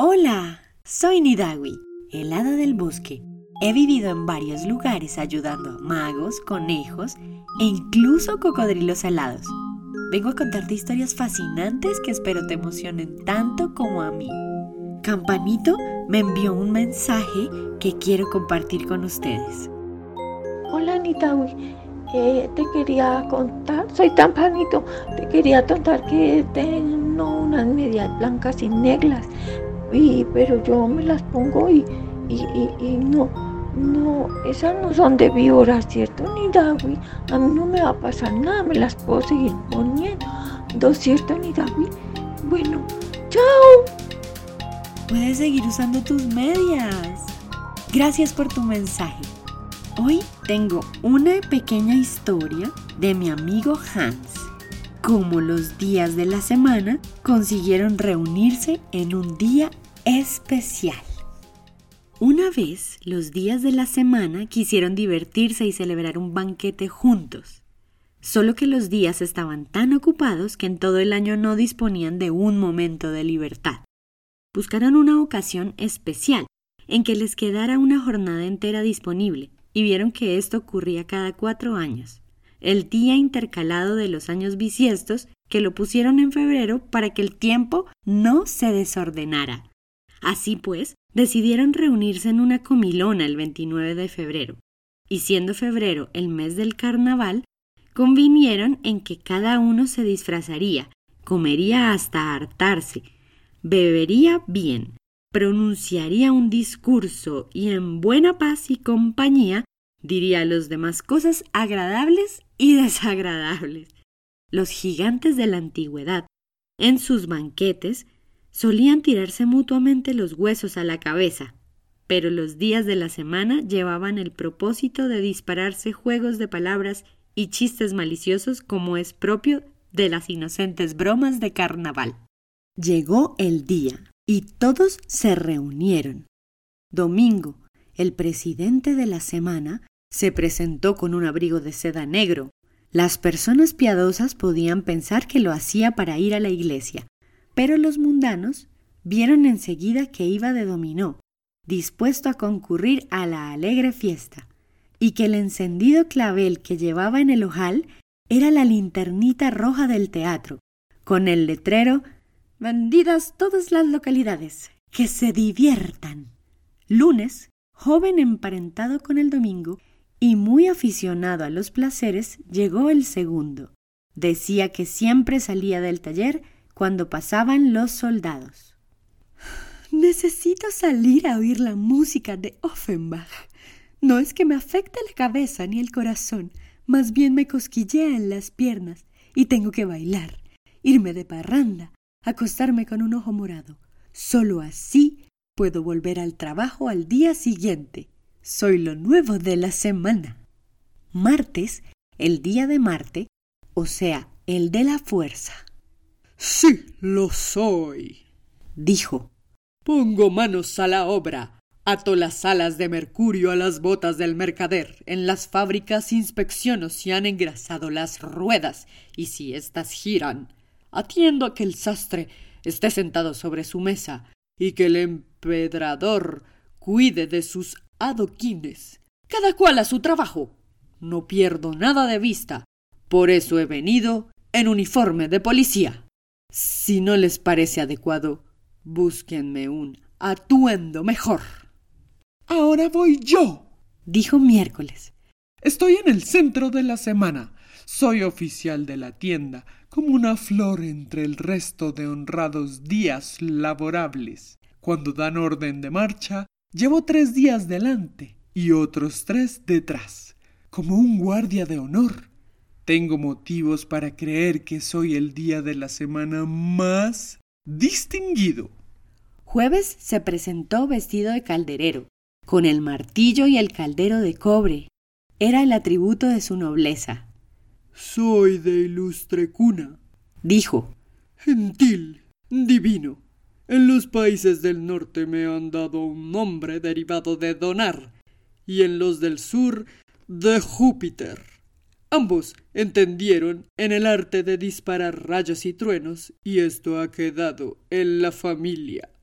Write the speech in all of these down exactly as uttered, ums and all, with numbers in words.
Hola, soy Nidawi, el hada del bosque. He vivido en varios lugares ayudando a magos, conejos e incluso cocodrilos alados. Vengo a contarte historias fascinantes que espero te emocionen tanto como a mí. Campanito me envió un mensaje que quiero compartir con ustedes. Hola Nidawi, eh, te quería contar, soy Campanito, te quería contar que tengo unas medias blancas y negras, y, pero yo me las pongo y, y, y, y no, no, esas no son de víbora, ¿cierto Nidawi? A mí no me va a pasar nada, me las puedo seguir poniendo, ¿no es cierto Nidawi? Bueno, chao. Puedes seguir usando tus medias. Gracias por tu mensaje. Hoy tengo una pequeña historia de mi amigo Hans. Cómo los días de la semana consiguieron reunirse en un día especial. Una vez, los días de la semana quisieron divertirse y celebrar un banquete juntos. Solo que los días estaban tan ocupados que en todo el año no disponían de un momento de libertad. Buscaron una ocasión especial en que les quedara una jornada entera disponible y vieron que esto ocurría cada cuatro años, el día intercalado de los años bisiestos que lo pusieron en febrero para que el tiempo no se desordenara. Así pues, decidieron reunirse en una comilona el veintinueve de febrero, y siendo febrero el mes del carnaval, convinieron en que cada uno se disfrazaría, comería hasta hartarse, bebería bien, pronunciaría un discurso y en buena paz y compañía diría a los demás cosas agradables y desagradables. Los gigantes de la antigüedad, en sus banquetes, solían tirarse mutuamente los huesos a la cabeza, pero los días de la semana llevaban el propósito de dispararse juegos de palabras y chistes maliciosos como es propio de las inocentes bromas de carnaval. Llegó el día y todos se reunieron. Domingo, el presidente de la semana, se presentó con un abrigo de seda negro. Las personas piadosas podían pensar que lo hacía para ir a la iglesia, pero los mundanos vieron enseguida que iba de dominó, dispuesto a concurrir a la alegre fiesta, y que el encendido clavel que llevaba en el ojal era la linternita roja del teatro, con el letrero «Vendidas todas las localidades, que se diviertan». Lunes, joven emparentado con el domingo y muy aficionado a los placeres, llegó el segundo. Decía que siempre salía del taller cuando pasaban los soldados. «Necesito salir a oír la música de Offenbach. No es que me afecte la cabeza ni el corazón, más bien me cosquillea en las piernas y tengo que bailar, irme de parranda, acostarme con un ojo morado. Solo así puedo volver al trabajo al día siguiente. Soy lo nuevo de la semana». Martes, el día de Marte, o sea, el de la fuerza. «Sí, lo soy», dijo. «Pongo manos a la obra. Ato las alas de mercurio a las botas del mercader. En las fábricas inspecciono si han engrasado las ruedas y si éstas giran. Atiendo a que el sastre esté sentado sobre su mesa y que el empedrador cuide de sus adoquines. Cada cual a su trabajo. No pierdo nada de vista. Por eso he venido en uniforme de policía. Si no les parece adecuado, búsquenme un atuendo mejor». «Ahora voy yo», dijo Miércoles. «Estoy en el centro de la semana. Soy oficial de la tienda, como una flor entre el resto de honrados días laborables. Cuando dan orden de marcha, llevo tres días delante y otros tres detrás, como un guardia de honor. Tengo motivos para creer que soy el día de la semana más distinguido». Jueves se presentó vestido de calderero, con el martillo y el caldero de cobre. Era el atributo de su nobleza. «Soy de ilustre cuna», dijo. «Gentil, divino. En los países del norte me han dado un nombre derivado de donar, y en los del sur de Júpiter. Ambos entendieron en el arte de disparar rayos y truenos, y esto ha quedado en la familia».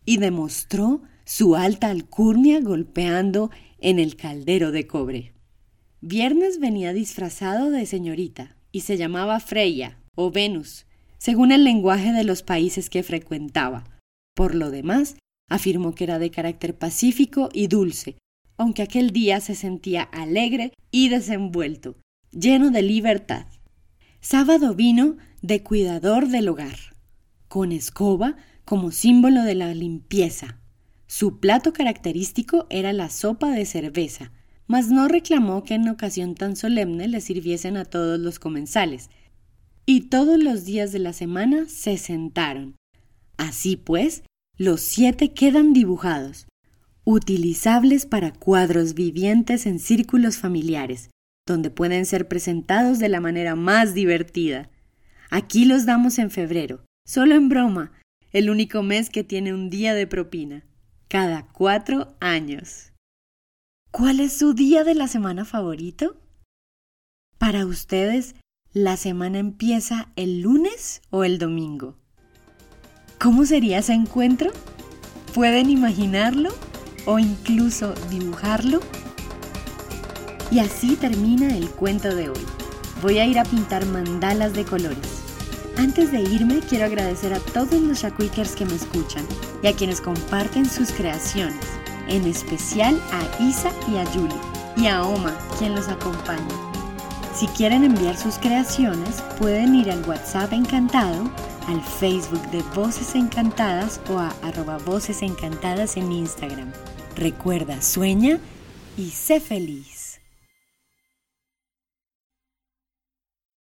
y demostró su alta alcurnia golpeando en el caldero de cobre. Viernes venía disfrazado de señorita y se llamaba Freya o Venus, según el lenguaje de los países que frecuentaba. Por lo demás, afirmó que era de carácter pacífico y dulce, aunque aquel día se sentía alegre y desenvuelto, lleno de libertad. Sábado vino de cuidador del hogar, con escoba como símbolo de la limpieza. Su plato característico era la sopa de cerveza, mas no reclamó que en ocasión tan solemne le sirviesen a todos los comensales, y todos los días de la semana se sentaron. Así pues, los siete quedan dibujados, utilizables para cuadros vivientes en círculos familiares, donde pueden ser presentados de la manera más divertida. Aquí los damos en febrero, solo en broma, el único mes que tiene un día de propina, cada cuatro años. ¿Cuál es su día de la semana favorito? Para ustedes, ¿la semana empieza el lunes o el domingo? ¿Cómo sería ese encuentro? ¿Pueden imaginarlo o incluso dibujarlo? Y así termina el cuento de hoy. Voy a ir a pintar mandalas de colores. Antes de irme, quiero agradecer a todos los Shakuikers que me escuchan y a quienes comparten sus creaciones, en especial a Isa y a Yuli, y a Oma, quien los acompaña. Si quieren enviar sus creaciones, pueden ir al WhatsApp Encantado, al Facebook de Voces Encantadas o a arroba Voces Encantadas en Instagram. Recuerda, sueña y sé feliz.